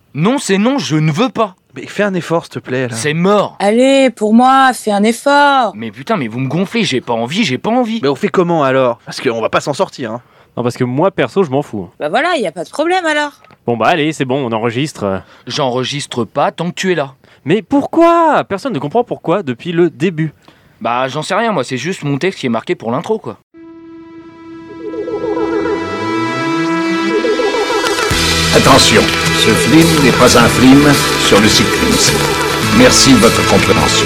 Non, c'est non, je ne veux pas. Mais fais un effort, s'il te plaît, là. C'est mort. Allez, pour moi, fais un effort. Mais putain, mais vous me gonflez, j'ai pas envie. Mais on fait comment, alors? Parce qu'on va pas s'en sortir, hein. Non, parce que moi, perso, je m'en fous. Bah voilà, y a pas de problème alors. Bon, bah allez, c'est bon, on enregistre. J'enregistre pas tant que tu es là. Mais pourquoi? Personne ne comprend pourquoi depuis le début. Bah j'en sais rien, moi, c'est juste mon texte qui est marqué pour l'intro, quoi. Attention, ce film n'est pas un film sur le cyclisme. Merci de votre compréhension.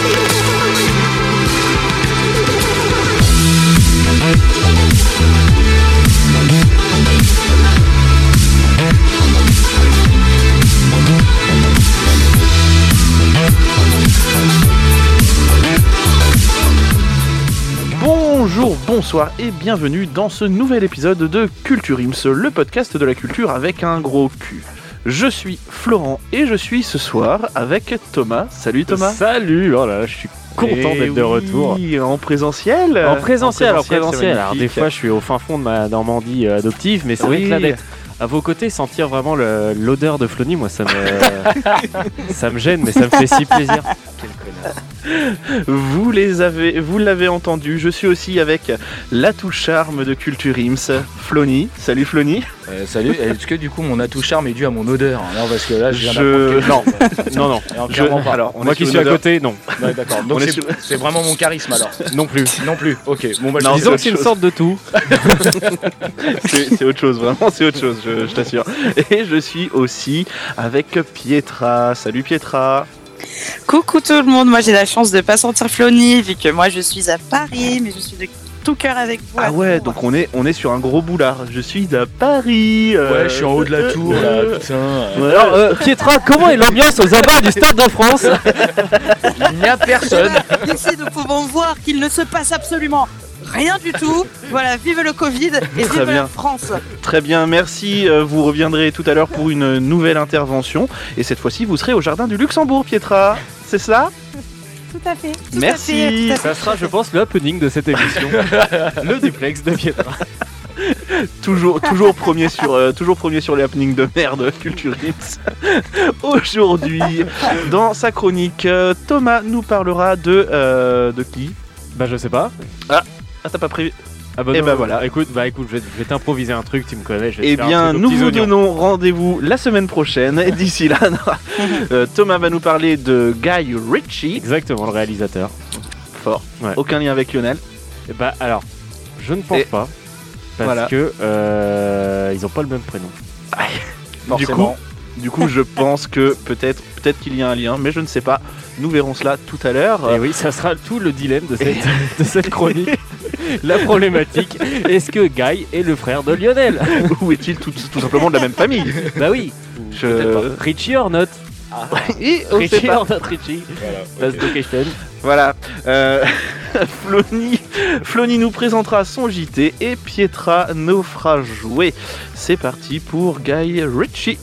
Bonjour, bonsoir et bienvenue dans ce nouvel épisode de Culture Ims, le podcast de la culture avec un gros cul. Je suis Florent et je suis ce soir avec Thomas. Salut Thomas. Salut, oh là là, je suis content d'être de retour. En présentiel. En présentiel. c'est Alors des fois, je suis au fin fond de ma Normandie adoptive, mais c'est vrai que là d'être à vos côtés, sentir vraiment l'odeur de Flony, moi ça me gêne, mais ça me fait si plaisir. Quel connard. Vous l'avez entendu, je suis aussi avec l'atout charme de Culture Ims, Flony. Salut Flony. Salut, est-ce que du coup mon atout charme est dû à mon odeur? Non, parce que là je viens d'apprendre que... Non. Clairement pas. Alors, moi qui suis à côté, non. Ouais, d'accord, donc c'est vraiment mon charisme alors. Non plus. Non plus, ok. Bon, bah, Disons que c'est une sorte de tout. c'est autre chose, vraiment c'est autre chose, je t'assure. Et je suis aussi avec Pietra. Salut Pietra. Coucou tout le monde, moi j'ai la chance de pas sentir Flony vu que moi je suis à Paris, mais je suis de tout cœur avec vous. Ah ouais, donc on est sur un gros boulard. Je suis à Paris. Ouais, je suis en haut de la tour là, putain. Ouais. Alors, Pietra, comment est l'ambiance aux abords du Stade de France? Il n'y a personne. Ici nous pouvons voir qu'il ne se passe absolument rien du tout. Voilà, vive le Covid et Très vive bien. la France. Très bien, merci. Vous reviendrez tout à l'heure pour une nouvelle intervention. Et cette fois-ci, vous serez au Jardin du Luxembourg, Pietra. C'est cela? Tout à fait. Merci. Ça sera, je pense, le happening de cette émission. Le duplex de Pietra. toujours premier sur les happenings de merde Culture Ims. Aujourd'hui, dans sa chronique, Thomas nous parlera de qui? Bah, je sais pas. Ah, t'as pas prévu? Ah bah Et non, bah voilà. Écoute, je vais t'improviser un truc, tu me connais. Je vais Eh te faire bien, un truc aux nous petits vous oignons. donnons rendez-vous la semaine prochaine. Et d'ici là, Thomas va nous parler de Guy Ritchie. Exactement, le réalisateur. Fort. Ouais. Aucun lien avec Lionel. Et bah alors, je ne pense pas. Parce voilà. que ils ont pas le même prénom. Forcément. Du coup, je pense que peut-être qu'il y a un lien, mais je ne sais pas. Nous verrons cela tout à l'heure. Et oui, ça sera tout le dilemme de cette chronique. La problématique, est-ce que Guy est le frère de Lionel? Ou est-il tout simplement de la même famille? Bah oui. Peut-être pas. Richie or not? Et on sait Richie pas. or not Richie? That's the question. Voilà. Flony nous présentera son JT et Pietra nous fera jouer. C'est parti pour Guy Ritchie.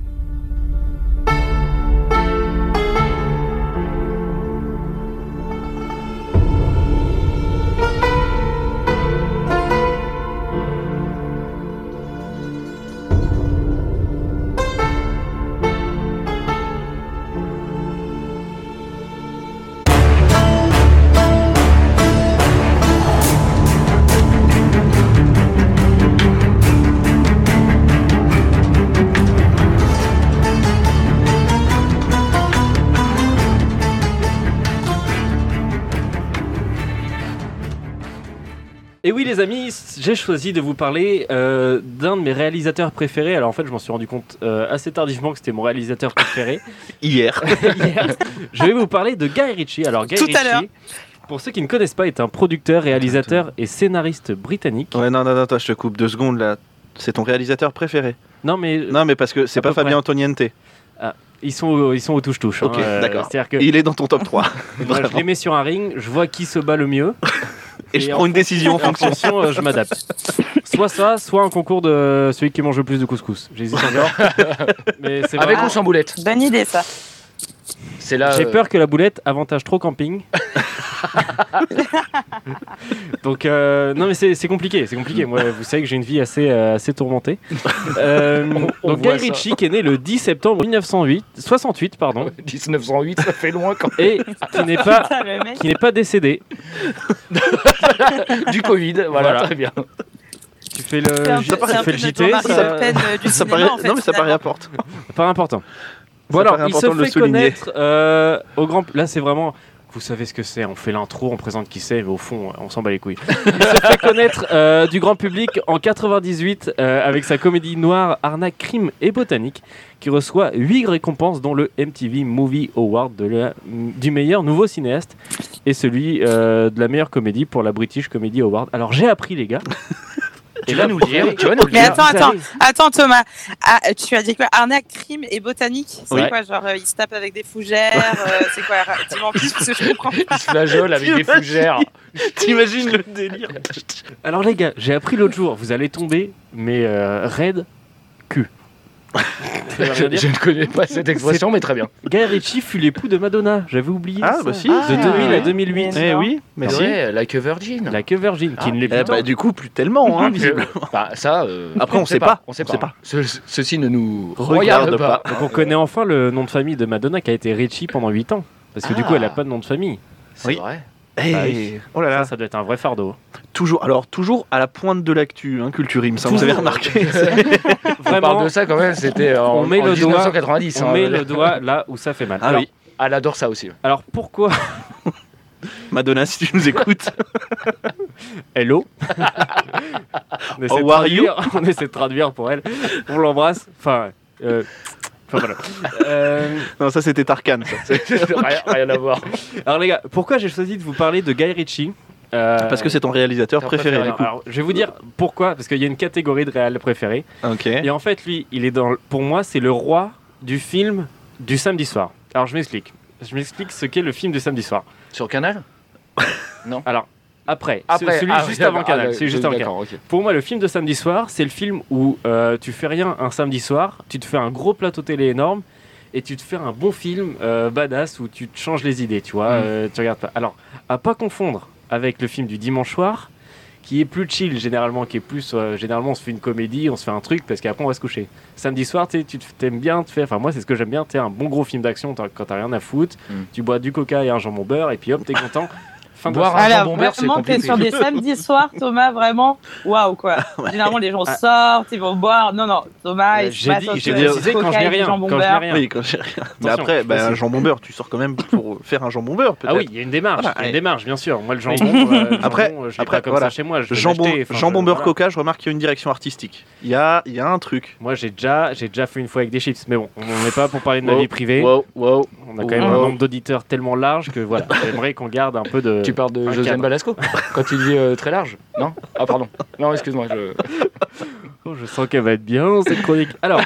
Et oui les amis, j'ai choisi de vous parler d'un de mes réalisateurs préférés. Alors en fait je m'en suis rendu compte assez tardivement que c'était mon réalisateur préféré. Hier. Je vais vous parler de Guy Ritchie. Alors Guy Tout à l'heure. Ritchie, pour ceux qui ne connaissent pas, est un producteur, réalisateur et scénariste britannique. Ouais, non, toi, je te coupe 2 secondes là. C'est ton réalisateur préféré? Non mais Non, mais parce que c'est à pas peu près. Fabien Antoniente. ils sont au touche-touche. Ok, d'accord. C'est-à-dire que Il est dans ton top 3. moi, je les mets sur un ring, je vois qui se bat le mieux. Et je prends une décision en En fonction. fonction, je m'adapte. Soit ça, soit un concours de celui qui mange le plus de couscous. J'hésite encore. Mais c'est Avec vraiment... ou sans boulette? Bonne idée ça. C'est là. J'ai peur que la boulette avantage trop camping. Donc non mais c'est compliqué. Moi, vous savez que j'ai une vie assez tourmentée. On donc Guy voit ça. Ritchie qui est né le 10 septembre 1968 pardon, 1908, ça fait loin quand même. et qui n'est pas Putain, le mec. qui n'est pas décédé. Du Covid, voilà, Voilà. très bien. Tu fais C'est un le, peu- tu c'est un fais peu le notre JT, Jean-Marie ça, Le Pen du Ça cinéma, paraît... en fait, non, mais ça paraît finalement. important. pas important. Bon Ça alors, paraît il se important de le fait souligner. connaître au grand. Là, c'est vraiment. Vous savez ce que c'est. On fait l'intro, on présente qui c'est, mais au fond, on s'en bat les couilles. Il se fait connaître du grand public en 98 avec sa comédie noire Arnaque, crime et botanique, qui reçoit 8 récompenses, dont le MTV Movie Award du meilleur nouveau cinéaste et celui de la meilleure comédie pour la British Comedy Award. Alors j'ai appris les gars. Tu vas nous le dire. Mais attends Thomas, tu as dit quoi? Arnaque, crime et botanique? C'est Oui. quoi, genre il se tape avec des fougères? C'est quoi? Dis-moi en plus parce que je comprends pas. Il se flageole avec des fougères. T'imagines le délire? Alors les gars, j'ai appris l'autre jour, vous allez tomber, mais raide cul. Ça veut rien dire. Je ne connais pas cette expression, mais très bien. Guy Ritchie fut l'époux de Madonna, j'avais oublié Ah, ça. bah si. De 2000 à oui. 2008. Eh oui, mais C'est si. vrai, la que Virgin. La que Virgin, qui ne l'est plus Eh tant. bah, du coup, plus tellement, hein, visiblement. Bah, ça. Après, on sait pas. On sait On sait pas. pas. Ceci ne nous Regarde regarde pas. Donc on connaît enfin le nom de famille de Madonna qui a été Ritchie pendant 8 ans. Parce que du coup, elle a pas de nom de famille. C'est Oui. vrai. Eh, Bah oui. oh là là. Ça doit être un vrai fardeau. Toujours à la pointe de l'actu, hein, Culturim, ça vous avez remarqué. On parle Vraiment, de ça quand même, c'était en, on met en le doigt- 1990. on hein. met le doigt là où ça fait mal. Ah Alors, oui. Elle adore ça aussi. alors pourquoi Madonna, si tu nous écoutes. Hello on essaie, de How are you traduire, on essaie de traduire pour elle. On l'embrasse. Enfin voilà. Non, ça c'était Tarkan. Ça. Rien à voir. Alors les gars, pourquoi j'ai choisi de vous parler de Guy Ritchie Parce que c'est ton réalisateur Ton préféré, préféré. du coup. Alors, je vais vous dire pourquoi, parce qu'il y a une catégorie de réal préférés. Ok. Et en fait, lui, il est pour moi, c'est le roi du film du samedi soir. Alors, je m'explique. Je m'explique ce qu'est le film du samedi soir. Sur Canal Alors, après, Après, celui juste avant Canal. Celui juste avant Canal. D'accord, ok. Pour moi, le film de samedi soir, c'est le film où tu fais rien un samedi soir, tu te fais un gros plateau télé énorme et tu te fais un bon film badass où tu te changes les idées, tu vois. Tu regardes pas. Alors, à pas confondre avec le film du dimanche soir, qui est plus chill généralement, qui est plus généralement on se fait une comédie, on se fait un truc parce qu'après on va se coucher. Samedi soir, tu t'aimes bien, enfin moi c'est ce que j'aime bien, tu un bon gros film d'action quand t'as rien à foutre, tu bois du coca et un jambon beurre et puis hop t'es content. Fin de Boire soirée. un Alors, jambon beurre, c'est vraiment, t'es compliqué. sur des samedis soirs, Thomas, vraiment. Waouh, quoi. Généralement, les gens sortent, ils vont boire. Non, Thomas, il se J'ai passe dit, autre j'ai chose. précisé quand je Coca n'ai et du rien. jambon Quand je n'ai beurre. rien. Oui, quand j'ai rien. Mais Attention, après, bah, un précis. jambon beurre, tu sors quand même pour faire un jambon beurre, peut-être. Ah oui, il y a une démarche, Voilà, il y a une et- démarche, bien sûr. Moi, le jambon, Après, je l'ai pas comme voilà. ça chez moi. Je vais Jambon, l'acheter, enfin, jambon beurre voilà. coca, je remarque qu'il y a une direction artistique. Il y a un truc. Moi, j'ai déjà fait une fois avec des chips, mais bon, on n'est pas pour parler de ma vie privée. Wow. On a quand même un nombre d'auditeurs tellement large que voilà, j'aimerais qu'on garde un peu de. Tu parles de un Josiane cadre. Balasco quand il dit très large. Non. Ah pardon. Non, excuse-moi. Oh, je sens qu'elle va être bien cette chronique. Alors,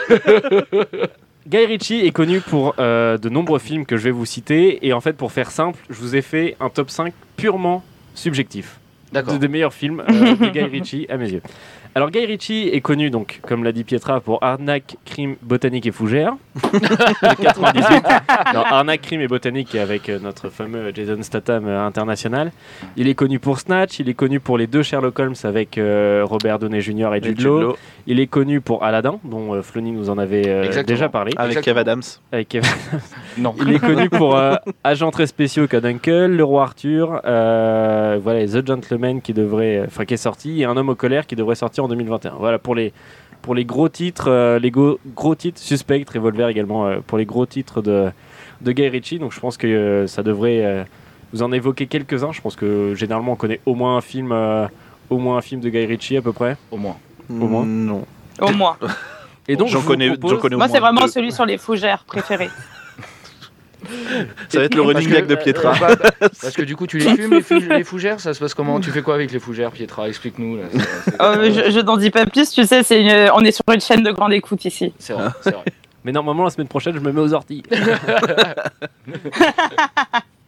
Guy Ritchie est connu pour de nombreux films que je vais vous citer, et en fait, pour faire simple, je vous ai fait un top 5 purement subjectif. D'accord. Des meilleurs films de Guy Ritchie à mes yeux. Alors Guy Ritchie est connu donc, comme l'a dit Pietra, pour Arnaque, crime, botanique et fougère. De 98. Non, Arnaque, crime et botanique avec notre fameux Jason Statham international. Il est connu pour Snatch, il est connu pour les deux Sherlock Holmes avec Robert Downey Jr. et Jude Law. Il est connu pour Aladdin, dont Flony nous en avait déjà parlé. Avec Exactement. Kev Adams. Avec Kevin. Non. Il est connu pour Agents très spéciaux comme Uncle, Le Roi Arthur, voilà, The Gentleman qui est sorti, et Un homme aux colères qui devrait sortir en 2021. Voilà pour les gros titres, gros titres, Suspect, Revolver également, pour les gros titres de Guy Ritchie. Donc je pense que ça devrait vous en évoquer quelques-uns. Je pense que généralement on connaît au moins un film de Guy Ritchie à peu près. Au moins. Au moins. Non. Au moins. Et donc J'en je vous connais propose- au Moi, moins c'est vraiment deux. celui sur les fougères préféré. Ça va être le running gag de Pietra. Parce que du coup, tu les fumes, les fougères. Ça se passe comment? Tu fais quoi avec les fougères, Pietra? Explique-nous. Là. Je n'en dis pas plus, tu sais, on est sur une chaîne de grande écoute ici. C'est vrai. C'est vrai. Mais normalement la semaine prochaine je me mets aux orties.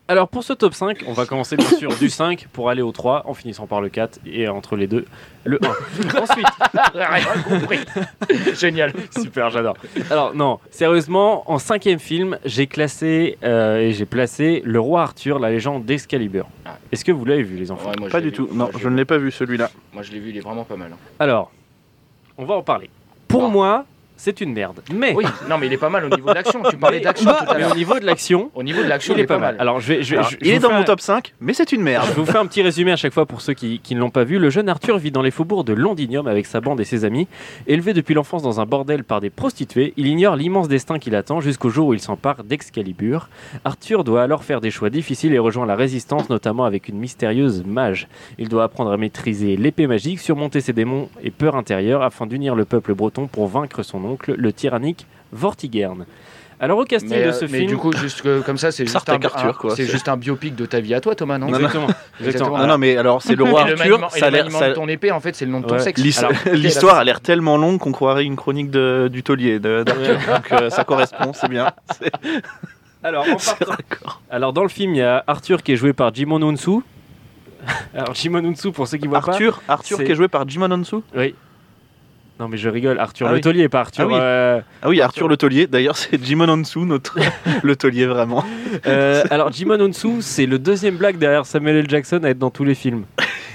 Alors pour ce top 5, on va commencer bien sûr du 5 pour aller au 3 en finissant par le 4 et entre les deux, le 1. Ensuite, Rien compris. Génial. super, j'adore. Alors non, sérieusement, en 5e film, j'ai classé et j'ai placé Le Roi Arthur, la légende d'Excalibur. Ah. Est-ce que vous l'avez vu les enfants? Ouais, moi, je Pas l'ai du vu. tout. Moi, Non, je ne l'ai pas vu celui-là. Moi, je l'ai vu, il est vraiment pas mal. Hein. Alors, on va en parler. Pour Ah. moi, c'est une merde. Mais, Oui, non, mais il est pas mal au niveau de l'action. Tu parlais d'action tout à mais l'heure. au niveau de l'action, Au niveau de l'action, il est pas mal. Alors, je Alors, il est vous dans fais mon un- top 5, mais c'est une merde. Je vous fais un petit résumé à chaque fois pour ceux qui ne l'ont pas vu. Le jeune Arthur vit dans les faubourgs de Londinium avec sa bande et ses amis. Élevé depuis l'enfance dans un bordel par des prostituées, il ignore l'immense destin qui l'attend jusqu'au jour où il s'empare d'Excalibur. Arthur doit alors faire des choix difficiles et rejoint la résistance, notamment avec une mystérieuse mage. Il doit apprendre à maîtriser l'épée magique, surmonter ses démons et peurs intérieures afin d'unir le peuple breton pour vaincre son oncle, le tyrannique Vortigern. Alors au casting de ce mais film... du coup, juste comme ça, c'est juste Sartek Arthur, quoi. c'est juste un biopic de ta vie à toi, Thomas, non? Exactement. Exactement. Non, non, mais alors, c'est le roi Et le Arthur. maniement- et Ça a le l'air. maniement ça- de ton épée, en fait, c'est le nom de ton Ouais. sexe. L'his- Alors, L'histoire a l'air tellement longue qu'on croirait une chronique du taulier d'Arthur. Donc ça correspond, c'est bien. Alors, Alors dans le film, il y a Arthur qui est joué par Jimon Hounsou. Alors Jimon Hounsou, pour ceux qui voient Arthur c'est- qui est joué par Jimon Hounsou. pas... Oui. Non mais je rigole, Arthur Ah le oui. taulier, pas Arthur... Ah oui. Ah oui, Arthur le taulier. D'ailleurs, c'est Jimon Hounsou, notre le taulier vraiment. Alors Jimon Hounsou, c'est le deuxième blague derrière Samuel L. Jackson à être dans tous les films.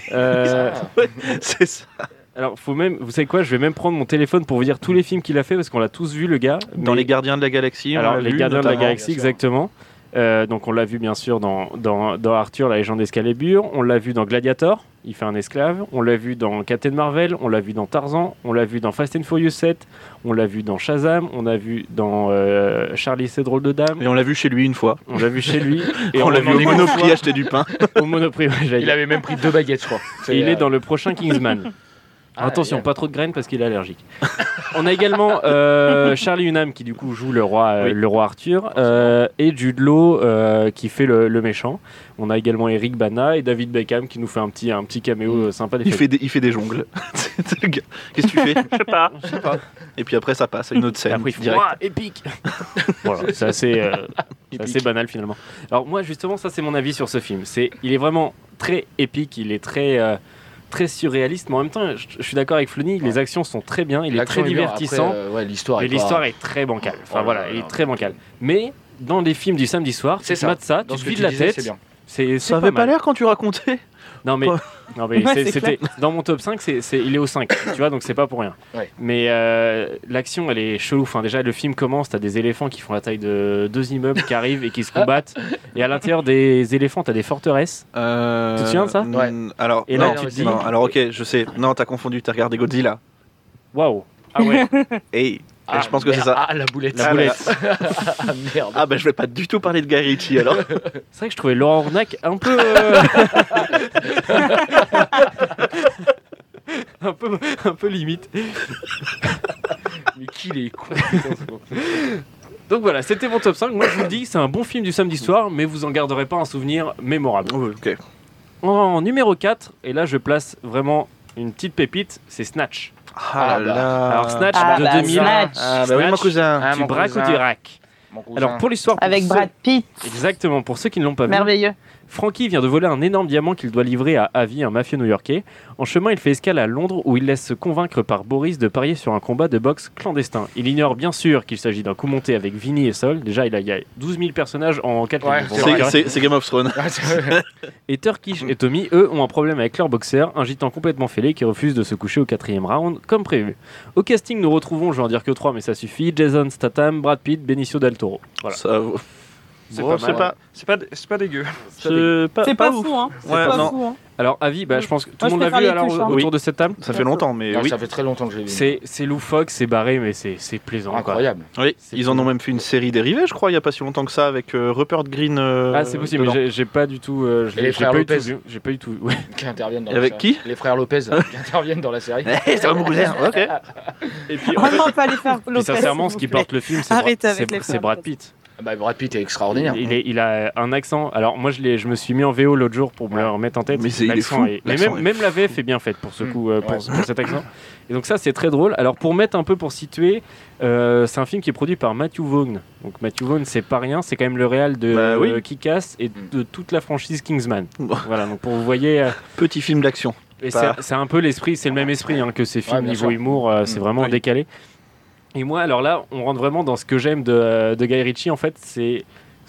C'est ça. Alors faut même... Vous savez quoi, je vais même prendre mon téléphone pour vous dire tous les films qu'il a fait parce qu'on l'a tous vu le gars. Dans Mais- Les Gardiens de la Galaxie. on Alors, l'a les vu, Gardiens de la notamment. Galaxie, bien sûr. exactement. Donc, on l'a vu bien sûr dans Arthur, la légende d'Excalibur. On l'a vu dans Gladiator, il fait un esclave. On l'a vu dans Captain Marvel. On l'a vu dans Tarzan. On l'a vu dans Fast and Furious 7. On l'a vu dans Shazam. On l'a vu dans Charlie et ses drôles de dames. Et on l'a vu chez lui une fois. On l'a vu chez lui. Et on l'a vu en au est Monoprix acheter du pain. au Monoprix. Ouais, j'allais Il dire. avait même pris 2 baguettes, je crois. Et il est dans le prochain Kingsman. Ah, Attention, yeah. pas trop de graines parce qu'il est allergique. On a également Charlie Hunnam qui du coup joue le roi, Oui. le roi Arthur et Jude Law qui fait le méchant. On a également Eric Bana et David Beckham qui nous fait un petit caméo sympa. Il fait des jongles. C'est le gars. Qu'est-ce que tu fais? Je sais pas. Et puis après, ça passe à une autre Et scène. après il fait direct. Ouah, épique. Voilà, c'est assez banal finalement. Alors moi justement ça c'est mon avis sur ce film. Il est vraiment très épique, il est très surréaliste, mais en même temps je suis d'accord avec Flony, les actions sont très bien, il est L'action très bien. divertissant. Après, ouais, l'histoire Et est pas- l'histoire est très bancale. Enfin Oh voilà, là il là. est très bancale. Mais dans les films du samedi soir, C'est tu te ça. mates ça, Dans tu ce te que vides tu la disais, tête. c'est bien. C'est Ça avait pas mal. l'air quand tu racontais. Non mais, Quoi non, mais Ouais, c'est c'était dans mon top 5, il est au 5, tu vois, donc c'est pas pour rien. Ouais. Mais l'action, elle est chelou. Enfin, déjà, le film commence, t'as des éléphants qui font la taille de 2 immeubles qui arrivent et qui se combattent. Et à l'intérieur des éléphants, t'as des forteresses. Tu te souviens de ça? Ouais. Alors, Et non, là, tu te dis- non, alors ok, je sais. Non, t'as confondu, t'as regardé Godzilla. Waouh! Ah ouais, Et je pense que c'est ça. Ah, la boulette. la Ah, boulette. Ah, merde. Ah bah je vais pas du tout parler de Guy Ritchie alors. C'est vrai que je trouvais Laurent Ornac un peu. un peu limite. Mais qui les con. Putain, c'est bon. Donc voilà, c'était mon top 5. Moi, je vous le dis, c'est un bon film du samedi soir, mais vous en garderez pas un souvenir mémorable. Ok. En numéro 4, et là, je place vraiment une petite pépite, c'est Snatch. Ah bah. là. Alors, Snatch Ah de bah, 2000. Snatch. Ah bah oui mon Snatch. cousin. Ah, Tu mon braques ou cousin. tu raques. Mon cousin. Alors, pour l'histoire. pour Avec ceux- Brad Pitt. Exactement, pour ceux qui ne l'ont pas vu. Merveilleux. Frankie vient de voler un énorme diamant qu'il doit livrer à Avi, un mafieux new-yorkais. En chemin, il fait escale à Londres où il laisse se convaincre par Boris de parier sur un combat de boxe clandestin. Il ignore bien sûr qu'il s'agit d'un coup monté avec Vinny et Sol. Déjà, il y a 12 000 personnages en 4 Ouais, minutes. c'est Bon, vrai. bah, C'est Game of Thrones. Ah, c'est vrai. Et Turkish et Tommy, eux, ont un problème avec leur boxeur, un gitan complètement fêlé qui refuse de se coucher au 4e round, comme prévu. Au casting, nous retrouvons, je vais en dire que 3, mais ça suffit, Jason Statham, Brad Pitt, Benicio del Toro. Voilà. Ça vaut. C'est Bon, pas mal. c'est pas dégueu. C'est pas ouf. fou, hein. Ouais, C'est pas non. fou, hein. Alors, Avi, bah, je pense que tout Moi, le monde je l'a vu préfère les alors, touches, hein. autour de cette table. Ça fait longtemps mais Ah, oui. Ça fait très longtemps que je l'ai vu. C'est loufoque, c'est barré, mais c'est plaisant. quoi. Incroyable. Oui, C'est ils en cool. ont même fait une série dérivée, je crois, il y a pas si longtemps que ça avec Rupert Green. Ah, c'est possible, dedans. mais j'ai pas du tout. Et les j'ai frères pas eu tout Lopez. vu. J'ai pas eu tout. Ouais. Qui interviennent dans Et la avec série. qui Les frères Lopez qui interviennent dans la série. C'est pas mon cousin. Ok. Et puis, Oh non, pas les faire puis Lopez. sincèrement, ce s'il qui vous plaît. porte le film, Arrêtez avec les c'est frères Brad Lopez. Pitt. Bah, Brad Pitt est extraordinaire. Il a un accent. Alors moi je me suis mis en VO l'autre jour pour me le remettre en tête. Mais il est fou. Mais même la VF est bien faite pour ce coup, pour cet accent. Et donc ça c'est très drôle. Alors pour situer, c'est un film qui est produit par Matthew Vaughn. Donc Matthew Vaughn c'est pas rien, c'est quand même le réal de Kick-Ass et de toute la franchise Kingsman. Voilà, donc pour vous voyez. Petit film d'action. Et c'est un peu l'esprit, c'est le même esprit que ces films niveau humour, c'est vraiment décalé. Et moi, alors là, on rentre vraiment dans ce que j'aime de Guy Ritchie, en fait, c'est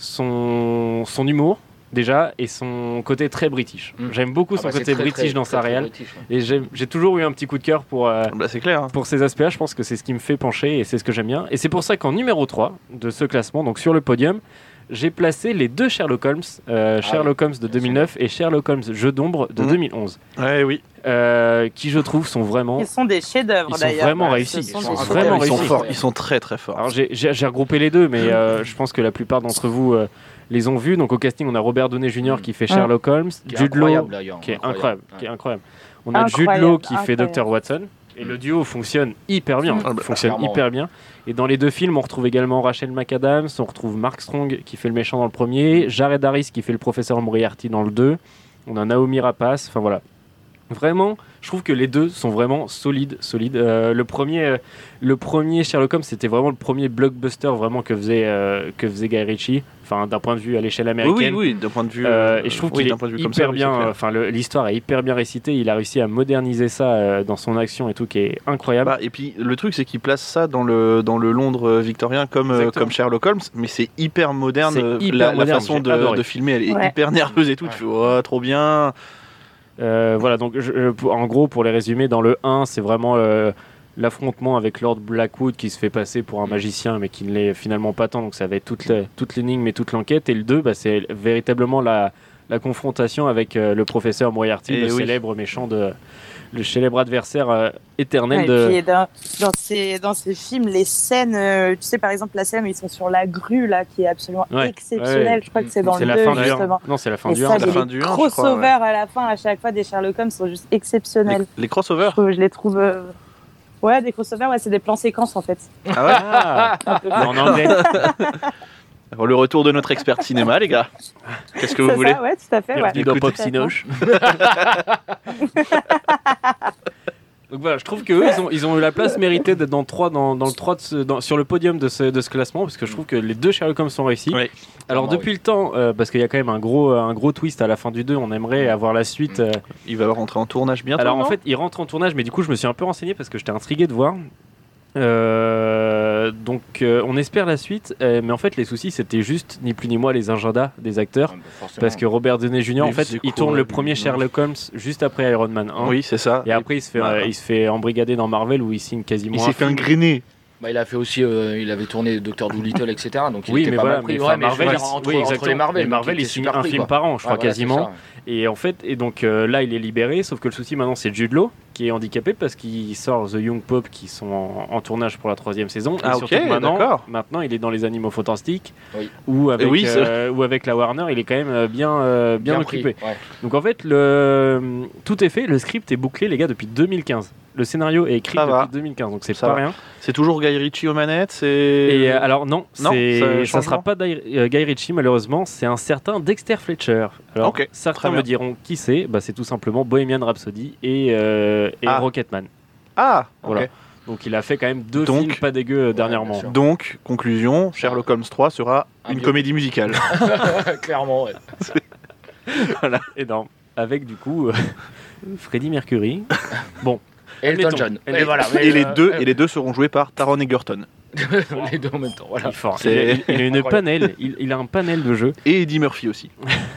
son humour, déjà, et son côté très british. J'aime beaucoup son côté british dans sa réal. Et j'ai toujours eu un petit coup de cœur c'est clair, pour ces aspects-là. Je pense que c'est ce qui me fait pencher et c'est ce que j'aime bien. Et c'est pour ça qu'en numéro 3 de ce classement, donc sur le podium, j'ai placé les deux Sherlock Holmes, Sherlock Holmes de 2009 et Sherlock Holmes Jeu d'ombre de 2011. Ouais, oui. Qui je trouve sont vraiment. Ils sont des chefs-d'œuvre d'ailleurs. Ils sont vraiment réussis. Ils sont forts. Ils sont très très forts. Alors j'ai regroupé les deux, mais je pense que la plupart d'entre vous les ont vus. Donc au casting, on a Robert Downey Jr. qui fait Sherlock Holmes, Jude Law qui est incroyable. On a Jude Law qui fait Dr Watson. Et le duo fonctionne hyper bien. Hyper bien. Et dans les deux films, on retrouve également Rachel McAdams, on retrouve Mark Strong qui fait le méchant dans le premier, Jared Harris qui fait le professeur Moriarty dans le 2. On a Naomi Rapace. Enfin voilà. Vraiment, je trouve que les deux sont vraiment solides. Le premier Sherlock Holmes, c'était vraiment le premier blockbuster vraiment que faisait Guy Ritchie. Enfin, d'un point de vue à l'échelle américaine. Oui, d'un point de vue. Et je trouve qu'il est hyper bien. Enfin, l'histoire est hyper bien récitée. Il a réussi à moderniser ça dans son action et tout, qui est incroyable. Et puis le truc, c'est qu'il place ça dans le Londres victorien comme Sherlock Holmes, mais c'est hyper moderne. La façon de filmer, elle est hyper nerveuse et tout. Tu fais, oh, trop bien. Voilà, donc en gros, pour les résumer, dans le 1, c'est vraiment l'affrontement avec Lord Blackwood qui se fait passer pour un magicien, mais qui ne l'est finalement pas tant. Donc ça va être toute l'énigme et toute l'enquête. Et le 2, c'est véritablement la confrontation avec le professeur Moriarty, célèbre méchant le célèbre adversaire éternel Et puis dans ces films, les scènes, tu sais par exemple la scène où ils sont sur la grue là, qui est absolument exceptionnelle. Je crois que c'est dans le 2 justement. Non, c'est la fin du 1. Les crossovers à la fin à chaque fois des Sherlock Holmes sont juste exceptionnels. Les crossovers. Je les trouve. Des crossovers, c'est des plans séquences en fait. Ah ouais. En anglais. Alors, le retour de notre expert cinéma, les gars. Qu'est-ce que vous voulez? Ouais, tout à fait. Bienvenue dans Pop Cinoche. Donc voilà, je trouve qu'eux, ils ont eu la place méritée d'être dans le 3 sur le podium de ce classement, parce que je trouve que les deux Sherlock Holmes sont réussis. Oui. Alors depuis le temps, parce qu'il y a quand même un gros twist à la fin du 2, on aimerait avoir la suite. Il va rentrer en tournage bientôt. Alors en fait, il rentre en tournage, mais du coup, je me suis un peu renseigné parce que j'étais intrigué de voir. Donc on espère la suite, mais en fait les soucis c'était juste ni plus ni moins les agendas des acteurs, parce que Robert Downey Jr. en fait il tourne le premier Sherlock Holmes juste après Iron Man 1. Oui, c'est ça. Et après il se fait embrigader dans Marvel où il signe quasiment. Il s'est fait engrainer. Il a fait aussi, il avait tourné Dr Dolittle, etc. Donc il était mais pas voilà, mal pris. Mais Marvel, entre les Marvel, il signe un film par an, je crois quasiment. Et en fait, donc là, il est libéré. Sauf que le souci maintenant, c'est Jude Law qui est handicapé parce qu'il sort The Young Pope qui sont en tournage pour la 3e saison. Et surtout maintenant, il est dans Les Animaux Fantastiques ou avec la Warner, il est quand même bien occupé. Ouais. Donc en fait, tout est fait. Le script est bouclé, les gars, depuis 2015. Le scénario est écrit depuis 2015, donc c'est pas rien. C'est toujours Guy Ritchie aux manettes. Et alors non, ça sera pas Guy Ritchie malheureusement, c'est un certain Dexter Fletcher. Alors certains me diront qui c'est. C'est tout simplement Bohemian Rhapsody et Rocketman. Voilà. Donc il a fait quand même deux films pas dégueux dernièrement. Donc conclusion, Sherlock Holmes 3 sera une comédie musicale. Clairement, ouais. Voilà, énorme. Avec du coup Freddie Mercury. Bon. Elton John. Et les deux seront joués par Taron Egerton. Les deux en même temps. Voilà. Il est fort. Il a une panel. Il a un panel de jeux. Et Eddie Murphy aussi.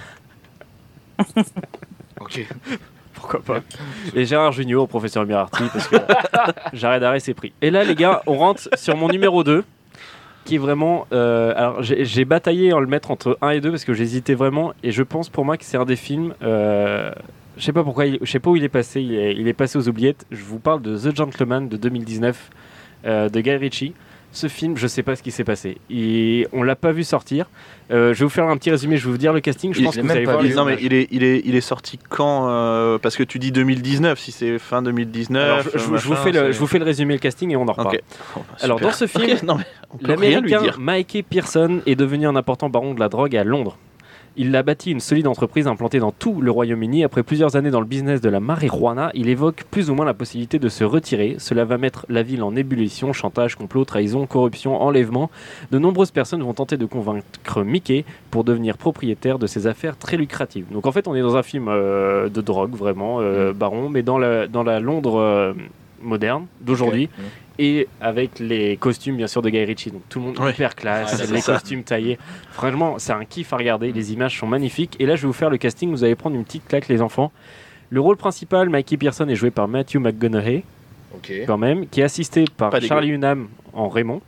Ok. Pourquoi pas. Et Gérard Junior, professeur Moriarty, parce que Jared Harris est pris. Et là, les gars, on rentre sur mon numéro 2, qui est vraiment... alors, j'ai bataillé en le mettre entre 1 et 2, parce que j'hésitais vraiment, et je pense pour moi que c'est un des films... je sais pas pourquoi, je sais pas où il est passé. Il est passé aux oubliettes. Je vous parle de The Gentleman de 2019 de Guy Ritchie. Ce film, je sais pas ce qui s'est passé. On l'a pas vu sortir. Je vais vous faire un petit résumé, je vais vous dire le casting. Je pense que vous allez voir. Non, mais il est sorti quand parce que tu dis 2019, si c'est fin 2019. Alors, je vous fais le résumé, le casting et on en reparle. Okay. Alors dans ce film, l'Américain Mikey Pearson est devenu un important baron de la drogue à Londres. Il a bâti une solide entreprise implantée dans tout le Royaume-Uni. Après plusieurs années dans le business de la marijuana, il évoque plus ou moins la possibilité de se retirer. Cela va mettre la ville en ébullition, chantage, complot, trahison, corruption, enlèvement. De nombreuses personnes vont tenter de convaincre Mickey pour devenir propriétaire de ses affaires très lucratives. Donc en fait, on est dans un film de drogue, vraiment, baron, mais dans la Londres moderne d'aujourd'hui. Okay. Et avec les costumes bien sûr de Guy Ritchie, donc tout le monde hyper classe, les costumes taillés, franchement c'est un kiff à regarder, les images sont magnifiques. Et là je vais vous faire le casting, vous allez prendre une petite claque les enfants. Le rôle principal, Mikey Pearson, est joué par Matthew McConaughey, quand même, qui est assisté par Charlie Hunnam en Raymond,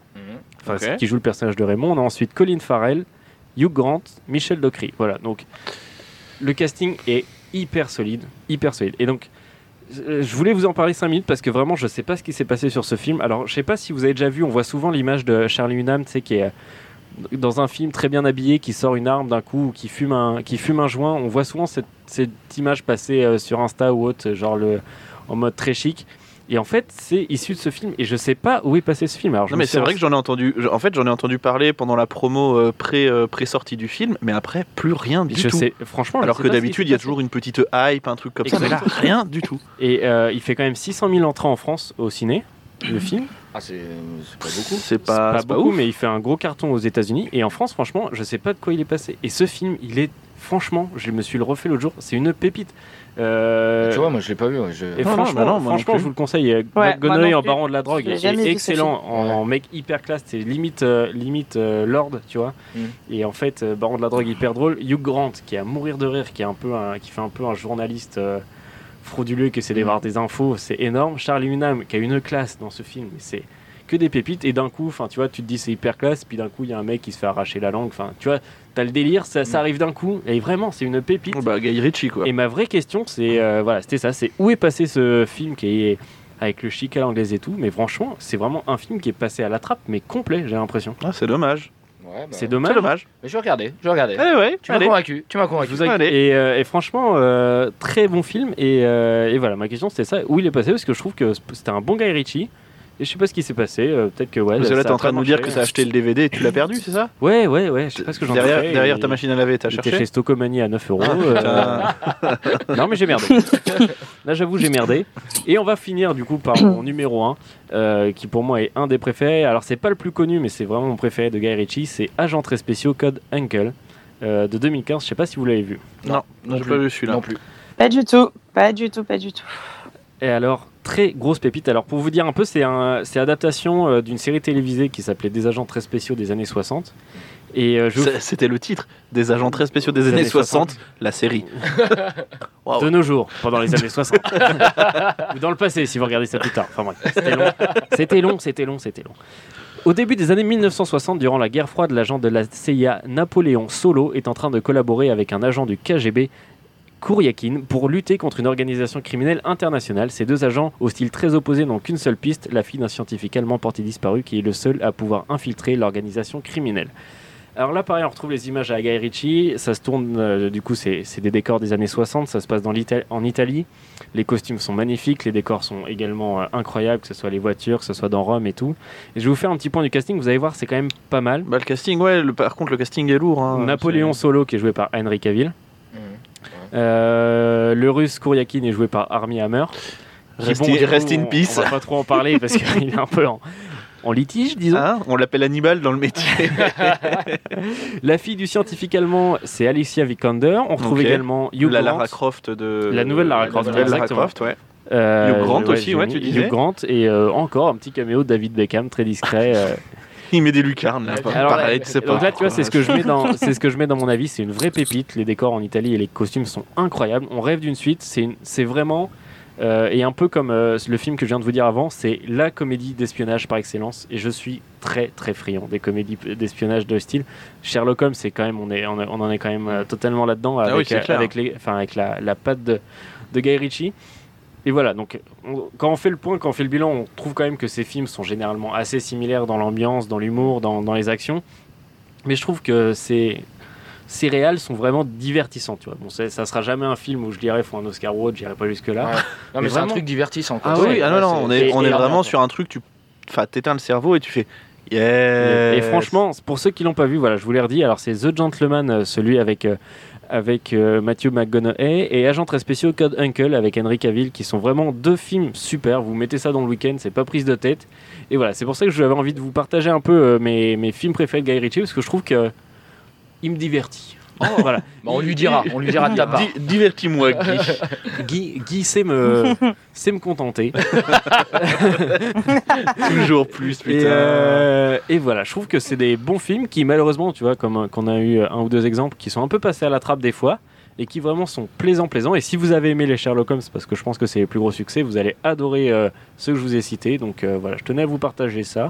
qui joue le personnage de Raymond. On a ensuite Colin Farrell, Hugh Grant, Michel Dockery, voilà, donc le casting est hyper solide. Et donc je voulais vous en parler 5 minutes parce que vraiment je sais pas ce qui s'est passé sur ce film. Alors je sais pas si vous avez déjà vu, on voit souvent l'image de Charlie Hunnam, tu sais, qui est dans un film très bien habillé, qui sort une arme d'un coup, qui fume un joint. On voit souvent cette image passer sur Insta ou autre, genre en mode très chic. Et en fait, c'est issu de ce film et je sais pas où est passé ce film. Alors, non, mais c'est vrai que j'en ai entendu parler pendant la promo pré-sortie du film, mais après plus rien du tout. Franchement, alors que d'habitude il y a toujours une petite hype, un truc comme ça, mais là rien du tout. Et il fait quand même 600 000 entrées en France au ciné, le film. Ah, c'est pas beaucoup. C'est pas beaucoup, mais il fait un gros carton aux États-Unis et en France, franchement, je sais pas de quoi il est passé. Et ce film, franchement, je me suis le refait l'autre jour, c'est une pépite. Tu vois, moi je l'ai pas vu. Et franchement, je vous le conseille. McConaughey en baron de la drogue est excellent, en mec hyper classe, c'est limite Lord, tu vois. Et en fait, baron de la drogue hyper drôle. Hugh Grant qui est à mourir de rire, qui fait un peu un journaliste frauduleux qui essaie d'avoir des infos, c'est énorme. Charlie Hunnam qui a une classe dans ce film, c'est que des pépites. Et d'un coup, tu vois, tu te dis c'est hyper classe, puis d'un coup il y a un mec qui se fait arracher la langue. Enfin, tu vois, t'as le délire, ça arrive d'un coup. Et vraiment, c'est une pépite. Guy Ritchie quoi. Et ma vraie question, c'est c'était ça, c'est où est passé ce film qui est avec le chic à l'anglaise et tout. Mais franchement, c'est vraiment un film qui est passé à la trappe, mais complet, j'ai l'impression. Ah, c'est dommage. Ouais, c'est dommage. Mais je vais regarder. Tu m'as convaincu. Et franchement, très bon film. Et voilà, ma question c'était ça, où il est passé, parce que je trouve que c'était un bon Guy Ritchie. Et je sais pas ce qui s'est passé, peut-être que Parce que là t'es en train de nous dire que t'as acheté le DVD et tu l'as perdu, c'est ça ? Ouais, je sais pas ce que j'en ai fait. Derrière ta machine à laver, t'as cherché ? J'étais chez Stocomanie à 9€. Non mais j'ai merdé. Là j'avoue j'ai merdé. Et on va finir du coup par mon numéro 1, qui pour moi est un des préférés. Alors c'est pas le plus connu, mais c'est vraiment mon préféré de Guy Ritchie, c'est Agents très spéciaux Code Uncle de 2015. Je sais pas si vous l'avez vu. Non, j'ai pas vu celui-là. Non plus. Pas du tout. Et alors, très grosse pépite. Alors, pour vous dire un peu, c'est adaptation d'une série télévisée qui s'appelait Des agents très spéciaux des années 60. Et c'était le titre, Des agents très spéciaux des années 60, la série. Wow. De nos jours, pendant les années 60. Ou dans le passé, si vous regardez ça plus tard. Enfin bref, c'était long. Au début des années 1960, durant la guerre froide, l'agent de la CIA, Napoléon Solo, est en train de collaborer avec un agent du KGB, Kouriakin, pour lutter contre une organisation criminelle internationale. Ces deux agents, au style très opposé, n'ont qu'une seule piste, la fille d'un scientifique allemand porté disparu qui est le seul à pouvoir infiltrer l'organisation criminelle. Alors là, pareil, on retrouve les images à Guy Ritchie. Ça se tourne, du coup, c'est des décors des années 60. Ça se passe en Italie. Les costumes sont magnifiques. Les décors sont également incroyables, que ce soit les voitures, que ce soit dans Rome et tout. Et je vais vous faire un petit point du casting. Vous allez voir, c'est quand même pas mal. Le casting, par contre, le casting est lourd. Napoléon Solo, qui est joué par Henry Cavill. Le russe Kouriakin est joué par Armie Hammer. Rest in peace. On va pas trop en parler parce qu'il est un peu en litige, disons. On l'appelle Hannibal dans le métier. La fille du scientifique allemand, c'est Alicia Vikander. On retrouve également Hugh Grant. La Lara Croft de... La nouvelle Lara Croft. Ouais. Hugh Grant aussi, tu disais. Hugh Grant et encore un petit caméo de David Beckham, très discret. Il met des lucarnes là. Pareil, donc là, tu vois, c'est ce que je mets dans mon avis. C'est une vraie pépite. Les décors en Italie et les costumes sont incroyables. On rêve d'une suite. C'est vraiment et un peu comme le film que je viens de vous dire avant, c'est la comédie d'espionnage par excellence. Et je suis très très friand des comédies d'espionnage de style. Sherlock Holmes, c'est quand même on en est quand même totalement là-dedans avec la patte de Guy Ritchie. Et voilà, donc quand on fait le point, quand on fait le bilan, on trouve quand même que ces films sont généralement assez similaires dans l'ambiance, dans l'humour, dans les actions. Mais je trouve que ces réals sont vraiment divertissants, tu vois. Bon, ça sera jamais un film où je dirais faut un Oscar Award, j'irai pas jusque là. Ouais. Non mais c'est un truc divertissant. Ah oui, non, on est vraiment sur un truc, t'éteins le cerveau et tu fais. Yeah. Et franchement, pour ceux qui l'ont pas vu, voilà, je vous l'ai redit. Alors c'est The Gentleman, celui avec Matthew McConaughey, et Agents très spéciaux Code Uncle avec Henry Cavill, qui sont vraiment 2 films super. Vous mettez ça dans le week-end, c'est pas prise de tête. Et voilà, c'est pour ça que j'avais envie de vous partager un peu mes films préférés de Guy Ritchie, parce que je trouve que il me divertit. Voilà. On lui dira de ta part. Divertis-moi, Guy. Guy sait me contenter. Toujours plus, putain. Et voilà, je trouve que c'est des bons films qui, malheureusement, tu vois, comme qu'on a eu 1 ou 2 exemples, qui sont un peu passés à la trappe des fois, et qui vraiment sont plaisants. Et si vous avez aimé les Sherlock Holmes, parce que je pense que c'est les plus gros succès, vous allez adorer ceux que je vous ai cités. Donc voilà, je tenais à vous partager ça.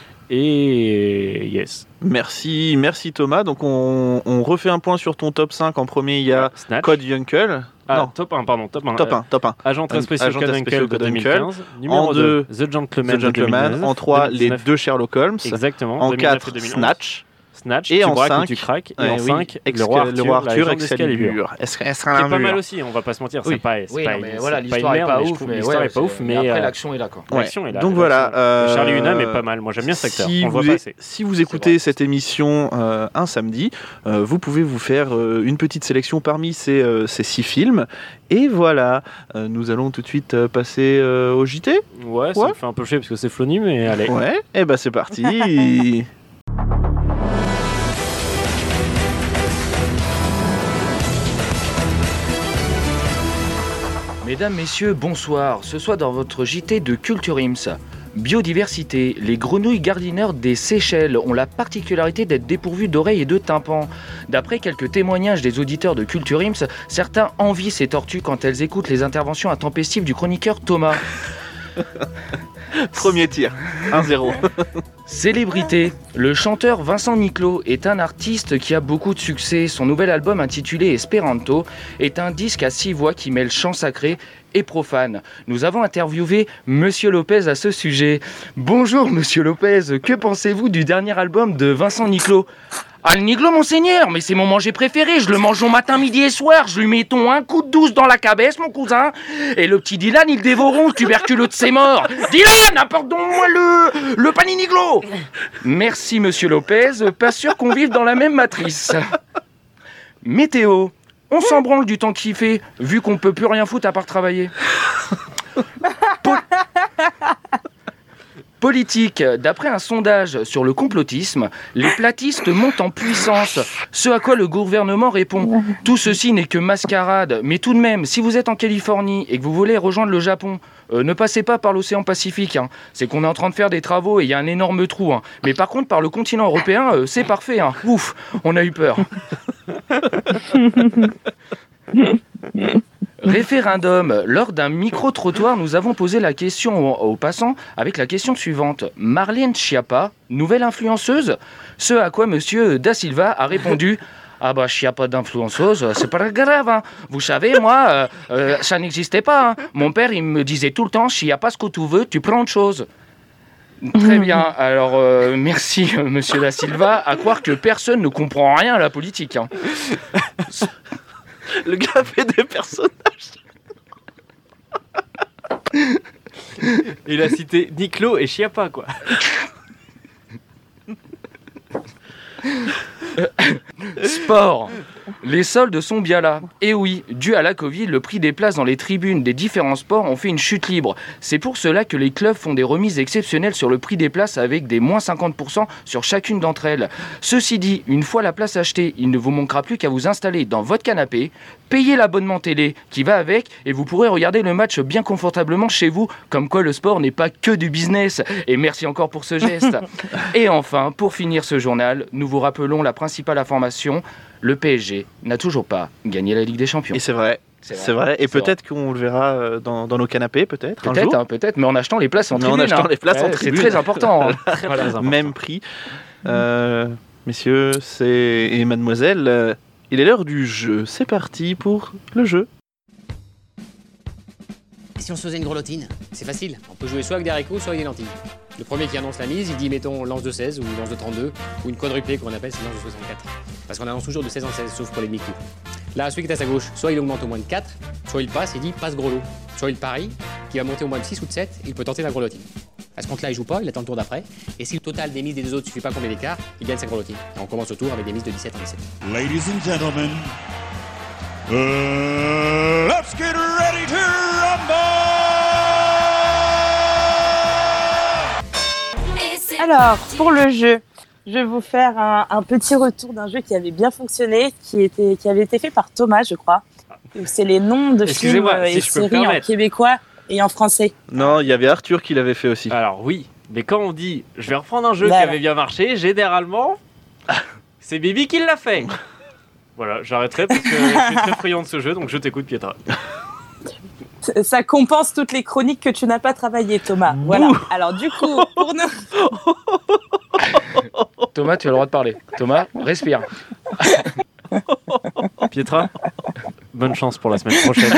Et yes. Merci Thomas. Donc on refait un point sur ton top 5. En premier, il y a Snatch. Code Uncle. Non. Top 1, pardon. Top 1. Agent très spécial Code Uncle de 2015. Numéro 2, The Gentleman. En 3, les 2 Sherlock Holmes. Exactement. En 4, Snatch. Et en 5, tu craques. Et en 5, le roi Arthur Excalibur. Est-ce c'est pas mal aussi, on va pas se mentir. Oui. C'est pas mais voilà, l'histoire est pas ouf. L'histoire est pas ouf, mais après l'action est là, quoi. L'action est là. Donc voilà. Charlie Hunnam est pas mal. Moi j'aime bien cet acteur. Si vous écoutez cette émission un samedi, vous pouvez vous faire une petite sélection parmi ces 6 films. Et voilà, nous allons tout de suite passer au JT. Ouais, ça me fait un peu chier parce que c'est Flony, mais allez. Ouais, et bah c'est parti. Mesdames, messieurs, bonsoir. Ce soir dans votre JT de Culture Ims. Biodiversité. Les grenouilles gardineurs des Seychelles ont la particularité d'être dépourvues d'oreilles et de tympans. D'après quelques témoignages des auditeurs de Culture Ims, certains envient ces tortues quand elles écoutent les interventions intempestives du chroniqueur Thomas. Premier tir, 1-0. Célébrité. Le chanteur Vincent Niclot est un artiste qui a beaucoup de succès. Son nouvel album intitulé Esperanto est un disque à 6 voix qui mêle chant sacré et profane. Nous avons interviewé Monsieur Lopez à ce sujet. Bonjour Monsieur Lopez, que pensez-vous du dernier album de Vincent Niclot ? Ah, le Niclot, monseigneur, mais c'est mon manger préféré, je le mange au matin, midi et soir, je lui mets un coup de douce dans la cabesse, mon cousin, et le petit Dylan, il dévorons, tuberculeux de ses morts. Dylan, apporte-moi le paniniglo. Merci, Monsieur Lopez, pas sûr qu'on vive dans la même matrice. Météo, on s'en branle du temps qu'il fait, vu qu'on peut plus rien foutre à part travailler. Politique. D'après un sondage sur le complotisme, les platistes montent en puissance. Ce à quoi le gouvernement répond. Tout ceci n'est que mascarade. Mais tout de même, si vous êtes en Californie et que vous voulez rejoindre le Japon, ne passez pas par l'océan Pacifique. Hein. C'est qu'on est en train de faire des travaux et il y a un énorme trou. Hein. Mais par contre, par le continent européen, c'est parfait. Hein. Ouf, on a eu peur. Référendum. Lors d'un micro-trottoir, nous avons posé la question aux passants avec la question suivante. Marlène Schiappa, nouvelle influenceuse ? Ce à quoi Monsieur Da Silva a répondu « Ah bah, Schiappa d'influenceuse, c'est pas grave. Hein. Vous savez, moi, ça n'existait pas. Hein. Mon père, il me disait tout le temps « Schiappa, ce que tu veux, tu prends autre chose. » Très bien. Alors, merci, Monsieur Da Silva. À croire que personne ne comprend rien à la politique. Hein. Le gars fait des personnages. Il a cité Niclot et Schiappa, quoi. Sport. Les soldes sont bien là. Et oui, dû à la Covid, le prix des places dans les tribunes des différents sports ont fait une chute libre. C'est pour cela que les clubs font des remises exceptionnelles sur le prix des places avec des moins 50% sur chacune d'entre elles. Ceci dit, une fois la place achetée, il ne vous manquera plus qu'à vous installer dans votre canapé, payer l'abonnement télé qui va avec et vous pourrez regarder le match bien confortablement chez vous, comme quoi le sport n'est pas que du business. Et merci encore pour ce geste. Et enfin, pour finir ce journal, nous vous rappelons la principale information. Le PSG n'a toujours pas gagné la Ligue des Champions. Et c'est vrai. C'est vrai. Et peut-être qu'on le verra dans nos canapés, peut-être. Peut-être, hein, peut-être, mais en achetant les places en tribune. C'est très important. Hein. Même prix. Messieurs et mademoiselles, il est l'heure du jeu. C'est parti pour le jeu. si on se faisait une grelottine? C'est facile, on peut jouer soit avec des haricots, soit avec des lentilles. Le premier qui annonce la mise, il dit mettons lance de 16 ou lance de 32 ou une quadruplée qu'on appelle c'est lance de 64. Parce qu'on annonce toujours de 16 en 16, sauf pour les demi-coups. Là, celui qui est à sa gauche, soit il augmente au moins de 4, soit il passe, il dit passe gros lot. Soit il parie, qui va monter au moins de 6 ou de 7, il peut tenter la grelottine. À ce compte-là, il joue pas, il attend le tour d'après. Et si le total des mises des deux autres ne suffit pas combien d'écart, il gagne sa grelottine. Et on commence le tour avec des mises de 17 en 17. Ladies and gentlemen, let's get ready to rumble! Alors, pour le jeu, je vais vous faire un petit retour d'un jeu qui avait bien fonctionné, qui avait été fait par Thomas, je crois. C'est les noms de films et séries en québécois et en français. Non, il y avait Arthur qui l'avait fait aussi. Alors oui, mais quand on dit je vais reprendre un jeu qui avait bien marché, généralement, c'est Bibi qui l'a fait. Voilà, j'arrêterai parce que je suis très friand de ce jeu, donc je t'écoute, Pietra. Ça compense toutes les chroniques que tu n'as pas travaillées, Thomas. Voilà. Alors du coup, pour nous... Thomas, tu as le droit de parler. Thomas, respire. Pietra, bonne chance pour la semaine prochaine.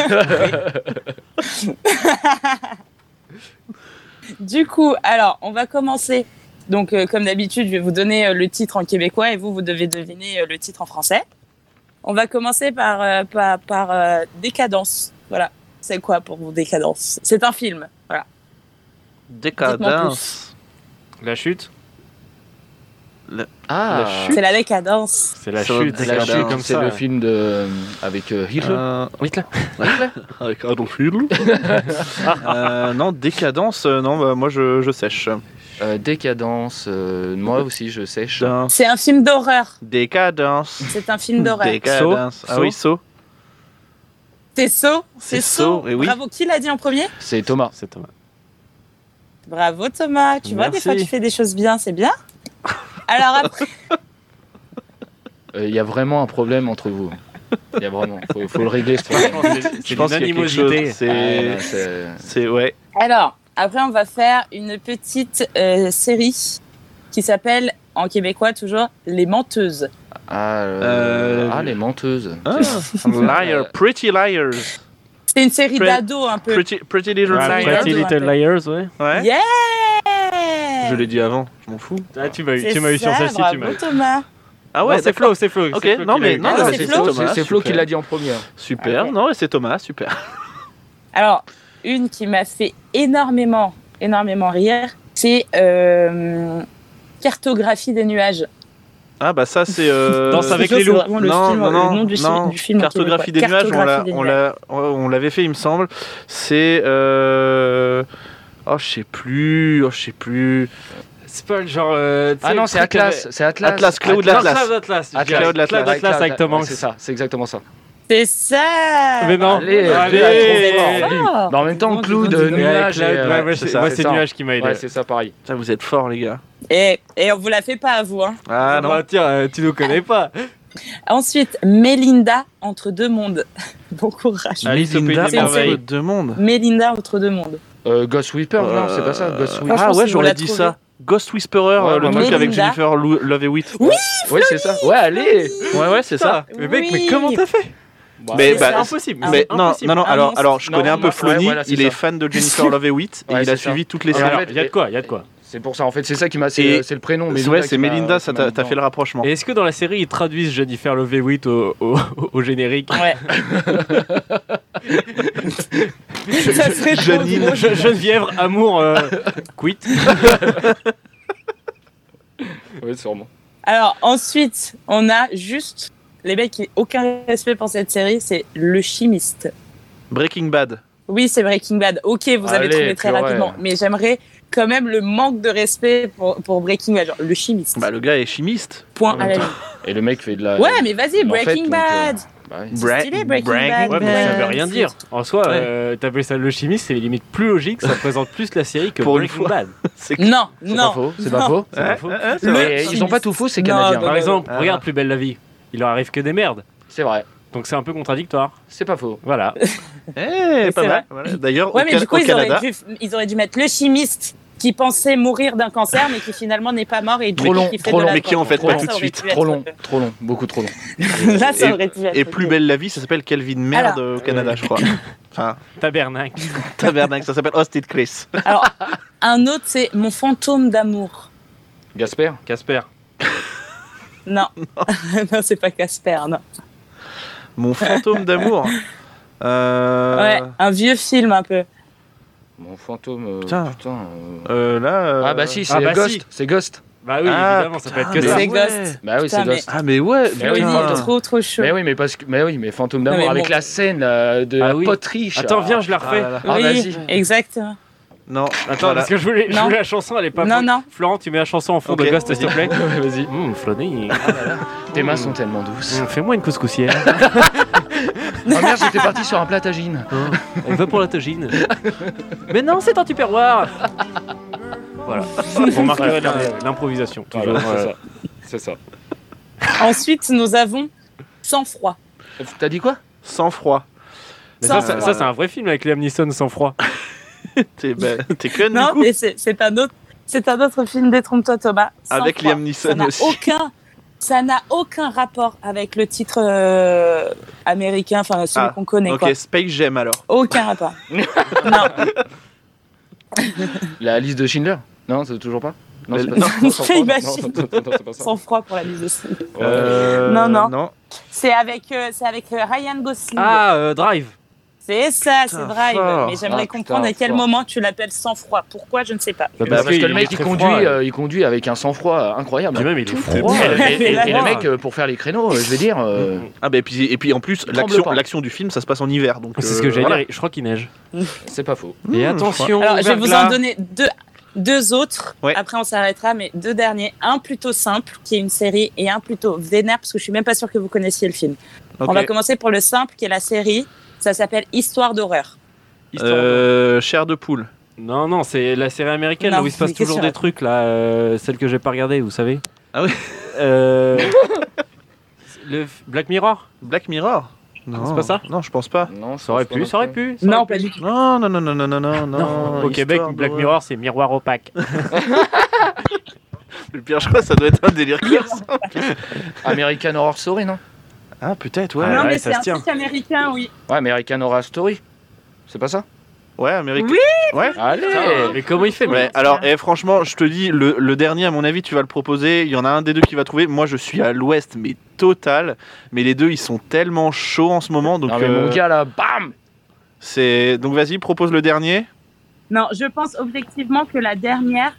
Du coup, alors, on va commencer. Donc, comme d'habitude, je vais vous donner le titre en québécois et vous devez deviner le titre en français. On va commencer par Décadence. Voilà. C'est quoi pour vous, Décadence? C'est un film. Voilà. Décadence. La chute. La chute. C'est la décadence. C'est la chute. Comme c'est le film avec Hitler. Hitler. Avec Adolf Hitler. Non, Décadence. Non, bah, moi je sèche. Décadence. Moi aussi je sèche. C'est un film d'horreur. Décadence. C'est un film d'horreur. Décadence. Ah oui, Saw. C'est Saw. C'est Saw. Oui. Bravo. Qui l'a dit en premier? C'est Thomas. Bravo Thomas. Tu vois, des fois tu fais des choses bien, c'est bien. Alors après, il y a vraiment un problème entre vous. Il y a vraiment. Faut le régler. C'est l'animosité. C'est ouais. Alors après, on va faire une petite série qui s'appelle en québécois toujours Les Menteuses. Les Menteuses. Pretty Liars. C'est une série d'ados un peu. Pretty Little Liars. Pretty Little Liars, ouais. Yeah. Je l'ai dit avant, je m'en fous. Ah, tu m'as eu sur celle-ci, tu m'as eu. Thomas. Ah ouais, c'est Flo. Ok, non mais c'est Flo qui l'a dit en premier. Super, okay. Non, c'est Thomas, super. Alors, une qui m'a fait énormément rire, c'est Cartographie des nuages. Ah bah ça c'est Danse avec les loups. Le nom du film. Cartographie des nuages, on l'avait fait, il me semble. C'est oh je sais plus. C'est pas le genre. Ah non, c'est Atlas. C'est Atlas. Atlas, Cloud Atlas. Cloud Atlas avec Tom Hanks. C'est ça, c'est exactement ça. C'est ça. Mais non. Allez. Mais en même temps, Cloud, nuage. C'est nuage qui m'a aidé. Ouais, c'est ça, pareil. Ça, vous êtes forts, les gars. Et on vous la fait pas à vous, hein. Ah non. Tiens, tu nous connais pas. Ensuite, Mélinda entre deux mondes. Bon courage. Mélinda entre deux mondes. Mélinda entre deux mondes. Ghost Whisperer, non, c'est pas ça. Ghost Whisperer. Ah ouais, j'aurais dit ça. Ghost Whisperer, le truc avec Jennifer Love Hewitt. Oui, c'est ça. Ouais, allez. Ouais, c'est ça. Mais mec, mais comment t'as fait? Mais c'est impossible. Mais non. Alors, je connais un peu Flony. Il est fan de Jennifer Love Hewitt et il a suivi toutes les séries. Il y a de quoi. C'est pour ça, en fait, c'est ça qui m'a. C'est le prénom. Ouais, c'est Mélinda, ça t'a fait le rapprochement. Et est-ce que dans la série, ils traduisent Jennifer Love Hewitt au générique? Ouais. Ça serait Janine. Geneviève, amour, quit. Oui, sûrement. Alors, ensuite, on a juste. Les mecs qui n'ont aucun respect pour cette série, c'est Le Chimiste. Breaking Bad. Oui, c'est Breaking Bad. Ok, vous avez trouvé très rapidement. Mais j'aimerais quand même le manque de respect pour Breaking Bad. Genre, Le Chimiste. Bah, le gars est chimiste. Point à la ligne. Et le mec fait de la. Ouais, mais vas-y, Breaking Bad. C'est stylé, Breaking Bad. Ouais, mais ça veut rien dire. En soi, t'appelles ça Le Chimiste, c'est limite plus logique. Ça présente plus la série que Breaking Bad. Non. C'est pas faux. Ils ont pas tout faux, ces Canadiens. Par exemple, regarde Plus belle la vie. Il leur arrive que des merdes. C'est vrai. Donc c'est un peu contradictoire. C'est pas faux. Voilà. Pas mal. Voilà. D'ailleurs, mais du coup, au Canada... ils auraient dû mettre Le Chimiste qui pensait mourir d'un cancer, mais qui finalement n'est pas mort et Trop long, qui fait trop de long. Mais qui en fait Trop pas long. tout de suite. Trop long, beaucoup trop long. Là, ça aurait pu être. Et Plus belle la vie, ça s'appelle Quelle vie de merde au Canada, je crois. Enfin, Tabernacle. tabernacle, ça s'appelle Hosted Chris. Alors, un autre, c'est Mon fantôme d'amour. Gasper. Casper. Non, non, c'est pas Casper, non. Mon fantôme d'amour. Ouais, un vieux film un peu. Mon fantôme. Putain. Là. Ah bah si, c'est bah Ghost. si. C'est Ghost. Bah oui, Ah, évidemment, ça peut être que putain, ça. C'est mais ouais. Ghost. Bah oui, Putain, c'est Ghost. Ah mais ouais, Mais oui, Tony, putain. trop chaud. Mais oui, mais fantôme d'amour Non, mais avec bon. la scène de Ah oui. poterie. Attends, viens, je la refais. là là. Ah, Oui, vas-y. exactement. Non, Attends, voilà. parce que je voulais Non. la chanson, elle est pas Non, bonne. non. Florent, tu mets la chanson en fond Ok. de Ghost, s'il te plaît. Vas-y. Flonny. Tes mains sont tellement douces. Fais-moi une couscoussière. Oh merde, j'étais parti sur un plat tagine. On va pour la tagine. Mais non, c'est un tupperware. Voilà. Vous remarquerez l'improvisation. Toujours. Voilà, c'est ça. Ensuite, nous avons Sang froid. T'as dit quoi? Sans froid. Mais Sans ça, froid. c'est un vrai film avec Liam Neeson sans froid. T'es con Non, du coup. mais c'est un autre film, Détrompe-toi Thomas. Sang Avec froid. Liam Neeson Ça n'a aussi. Ça n'a aucun rapport avec le titre américain, enfin celui Ah, qu'on connaît. Ok, Quoi. Space Jam alors. Aucun rapport. non, La liste de Schindler? Non, c'est toujours pas? Non, c'est pas Non. ça. Sans froid, non, Imagine. non, c'est pas ça. Sang froid pour la liste de film. Non. C'est avec Ryan Gosling. Ah, Drive. C'est ça, c'est Putain, Drive. fort. Mais j'aimerais Ah, comprendre putain, à quel fort. moment tu l'appelles sang froid. Pourquoi, je ne sais pas. Parce que le mec est très froid, il conduit avec un sang-froid incroyable. Puis même, il est Et, froid. et le mec, pour faire les créneaux, je vais dire. Ah bah et puis en plus Il tremble pas. l'action du film ça se passe en hiver donc. C'est ce que j'allais voilà. dire. Je crois qu'il neige. C'est pas faux. Et attention. Alors, je vais vous en verglas. donner deux autres. Ouais. Après, on s'arrêtera, mais deux derniers. Un plutôt simple, qui est une série, et un plutôt vénère, parce que je suis même pas sûre que vous connaissiez le film. Ok. On va commencer pour le simple, qui est la série. Ça s'appelle Histoire d'horreur. Chair de poule. Non, c'est la série américaine Non, où il se passe mais qu'est-ce toujours que des trucs là, celle que j'ai pas regardée, vous savez. Ah oui. Le Black Mirror. Black Mirror. Non, C'est pas ça Non, je pense pas. Non, Ça aurait pu. Non, pas du tout. Non. Au Québec, Histoire Black d'horreur. Mirror, c'est miroir opaque. Le pire, je crois, ça doit être un délire comme ça. American Horror Story, non? Ah, peut-être, ouais. non, ouais, mais ça c'est se un tient. truc américain, oui. Ouais, American Horror Story. C'est pas ça? Ouais, Amérique. Oui. Ouais. Allez! Mais comment il fait Ouais, alors, franchement, je te dis, le dernier, à mon avis, tu vas le proposer. Il y en a un des deux qui va trouver. Moi, je suis à l'ouest, mais total. Mais les deux, ils sont tellement chauds en ce moment. Donc, Non, mais mon gars là, bam! donc vas-y, propose le dernier. Non, je pense objectivement que la dernière,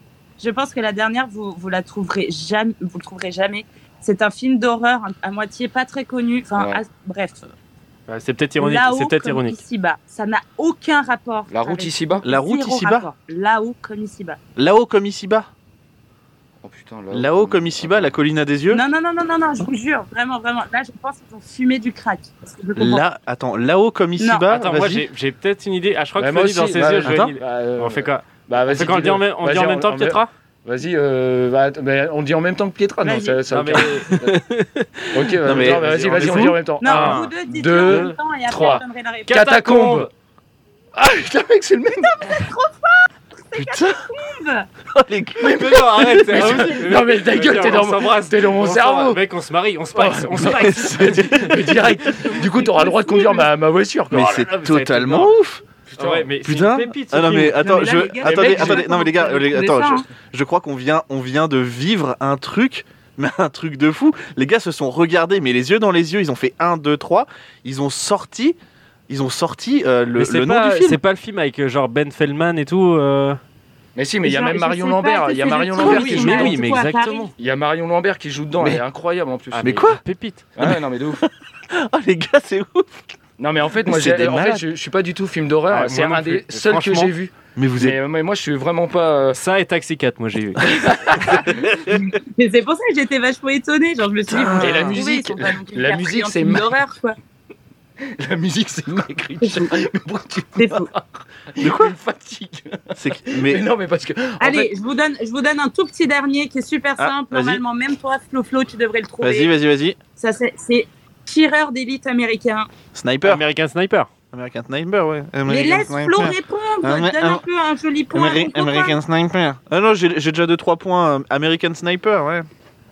vous la trouverez jamais. Vous le trouverez jamais. C'est un film d'horreur à moitié pas très connu. Enfin, Ouais. bref. C'est peut-être ironique. Là-haut C'est peut-être comme ironique. ici-bas. Ça n'a aucun rapport. La route avec- ici-bas? La route Zéro ici-bas. rapport. Là-haut comme ici-bas. Là-haut comme ici-bas. Oh putain, Là-haut comme ici-bas, la colline à des yeux. Non, je vous jure, vraiment. Là, je pense qu'ils ont fumé du crack. Parce que je comprends. Là, attends, là-haut comme ici-bas. Attends, moi vas-y. j'ai peut-être une idée. Ah, je crois Ouais, que moi Fanny, dans aussi, ses bah, yeux, je vois attends. une idée. On fait quoi Bah, vas-y. C'est quand on le dit en même, Vas-y, même temps, Pietra. Vas-y, on dit en même temps que Pietra, non, Vas-y. ça Non, aucun- mais Ok, Non, mais vas-y, on est on fous. dit en même temps. Non, Un, vous deux dites deux, en même temps et après, trois. je donnerai la réponse. Catacombe! Ah putain, mec, c'est le même! Putain. Oh, les gars. Mais non, arrête, c'est Mais- non, mais ta gueule, t'es dans mon- t'es dans mon cerveau! Mec, on se marie, on se passe, on se passe. Mais direct! Du coup, t'auras le droit de conduire ma voiture, quoi. Mais Oh là c'est là, mais ça va être totalement énorme. ouf. Ouais, mais c'est Putain. une pépite, ce Ah non film. mais attends, Non, mais là, les gars, attendez, les mecs, attendez, non mais les gars, je attends, descends, hein. je crois qu'on vient de vivre un truc, mais un truc de fou. Les gars se sont regardés, mais les yeux dans les yeux, ils ont fait 1, 2, 3, ils ont sorti Mais le c'est nom pas, du film. c'est pas le film avec genre Ben Feldman et tout. Mais si, mais il y a Je- même je Marion sais Lambert. pas, Il y a c'est Marion le Lambert truc, qui ils joue m'ont dedans. dit quoi, à exactement. Il y a Marion Lambert qui joue dedans. Mais- Elle est incroyable en plus. mais quoi Pépite. Ah ouais, non, mais de ouf. Oh les gars, c'est ouf. Non, mais en fait, moi, C'est des malades. je suis pas du tout film d'horreur. Ah, C'est moi non un des plus. seuls que Franchement. j'ai vu. Mais vous êtes Mais moi, je suis vraiment pas. Ça et Taxi 4, moi j'ai vu. Mais c'est pour ça que j'étais vachement étonnée. Genre, je me suis dit, vous Et allez la trouver, musique, ils sont pas non plus la hyper musique, friands de c'est films ma- d'horreur, quoi. La musique, c'est Mike Richard. Mais pourquoi tu C'est fou. de quoi me fatigues? Mais Mais non, mais parce que. en Allez, fait, je vous donne un tout petit dernier qui est super Ah, simple. vas-y. Normalement, même toi, Flo, tu devrais le trouver. vas-y. Ça, c'est tireur d'élite américain. Sniper. American Sniper. American Sniper, ouais. Mais American laisse Sniper. Flo répondre. Donne un peu un joli point. à ton copain. American Sniper. Ah non, j'ai déjà 2-3 points. American Sniper, ouais.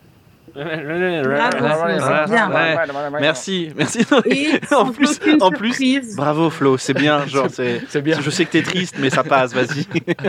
Bravo, bien. Ouais. Merci. Et En plus, sans aucune surprise. Bravo Flo, c'est bien. Genre, C'est bien. Je sais que t'es triste, mais ça passe. Vas-y.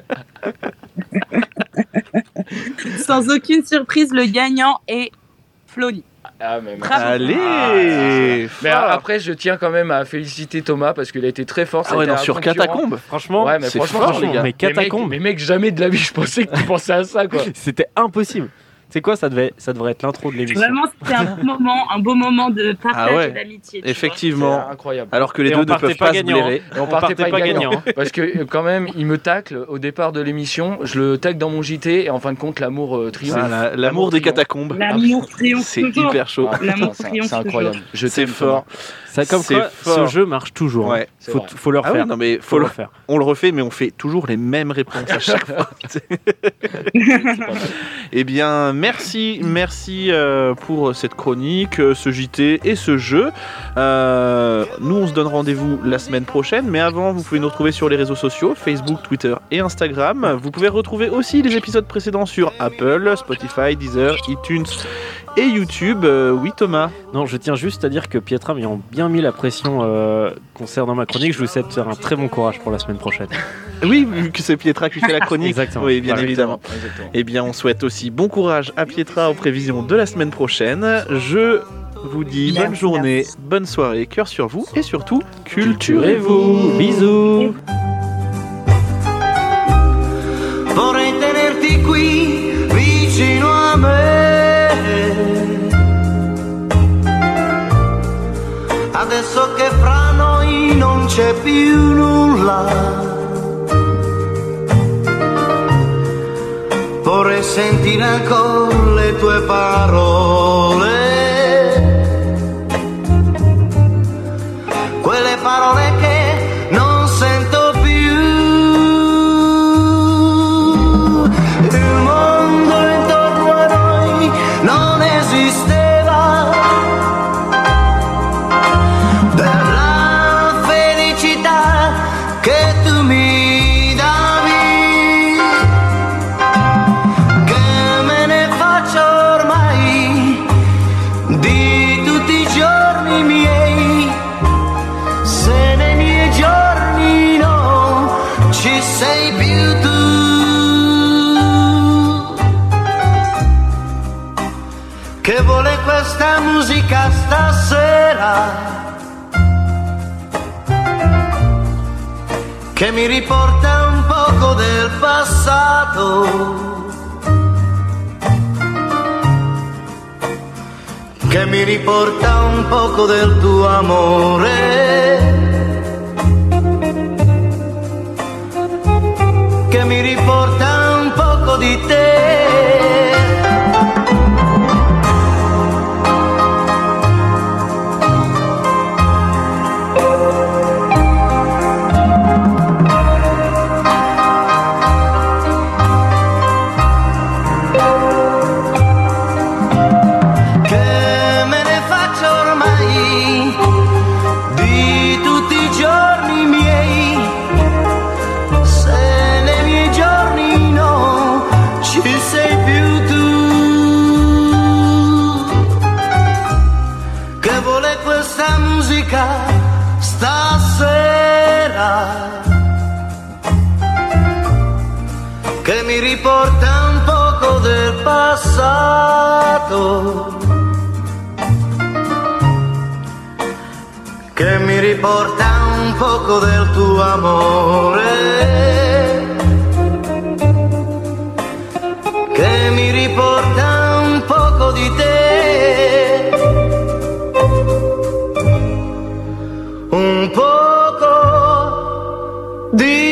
Sans aucune surprise, le gagnant est Flony. Ah, mais Bravo. Allez. Mais fort. après, je tiens quand même à féliciter Thomas parce qu'il a été très fort. Ah ouais, C'était non, un sur concurrent. Catacombe. Franchement, Ouais, mais c'est franchement, fort, les gars. mais Catacombe, Mais mec, jamais de la vie, je pensais que tu pensais à ça, quoi. c'était impossible. C'est quoi, ça devrait être l'intro de l'émission. Vraiment, c'était un beau moment de partage Ah ouais. et d'amitié. tu vois. Effectivement. C'est incroyable. Alors que les Et deux on ne partait peuvent pas pas se gagnant, blairer. Et on partait pas gagnant. Parce que quand même, il me tacle au départ de l'émission. Je le tacle dans mon JT et en fin de compte, l'amour triomphe. Voilà, l'amour des catacombes. L'amour triomphe C'est toujours. hyper chaud. Ah, putain, L'amour c'est triomphe incroyable. Je C'est t'aime, fort. Ça, comme C'est quoi, fort. ce jeu marche toujours. Ouais. C'est Faut, vrai. faut le Ah refaire. oui, non mais Faut le refaire. on le refait, mais on fait toujours les mêmes réponses à chaque fois. Eh bien, merci pour cette chronique, ce JT et ce jeu. Nous, on se donne rendez-vous la semaine prochaine, mais avant, vous pouvez nous retrouver sur les réseaux sociaux, Facebook, Twitter et Instagram. Vous pouvez retrouver aussi les épisodes précédents sur Apple, Spotify, Deezer, iTunes et YouTube. Oui, Thomas. Non, je tiens juste à dire que Pietra m'ayant bien mis la pression concernant ma chronique, je vous souhaite un très bon courage pour la semaine prochaine. Oui, vu que c'est Pietra qui fait la chronique. Exactement. Oui, bien Voilà. évidemment. Exactement. Eh bien, on souhaite aussi bon courage à Pietra aux prévisions de la semaine prochaine. Je vous dis bonne Merci, journée, merci. bonne soirée, cœur sur vous et surtout, culturez-vous. Bisous. Vorrei tenerti qui vicino a me. Adesso che fra noi non c'è più nulla. Vorrei sentire ancora le tue parole. Quelle parole che non sento più. Il mondo intorno a noi non esisteva. Per la felicità che tu mi davi, che me ne faccio ormai di tutti i giorni miei. Se nei miei giorni no ci sei più tu, che vuole questa musica stasera, che mi riporta un poco del passato, che mi riporta un poco del tuo amore, che mi riporta un poco di te. Che me ne faccio ormai di tutti i giorni miei, se nei miei giorni no ci sei più tu, che vuole questa musica stasera, che mi riporta un poco del passato, che mi riporta un poco del tuo amore, che mi riporta un poco di te, un poco di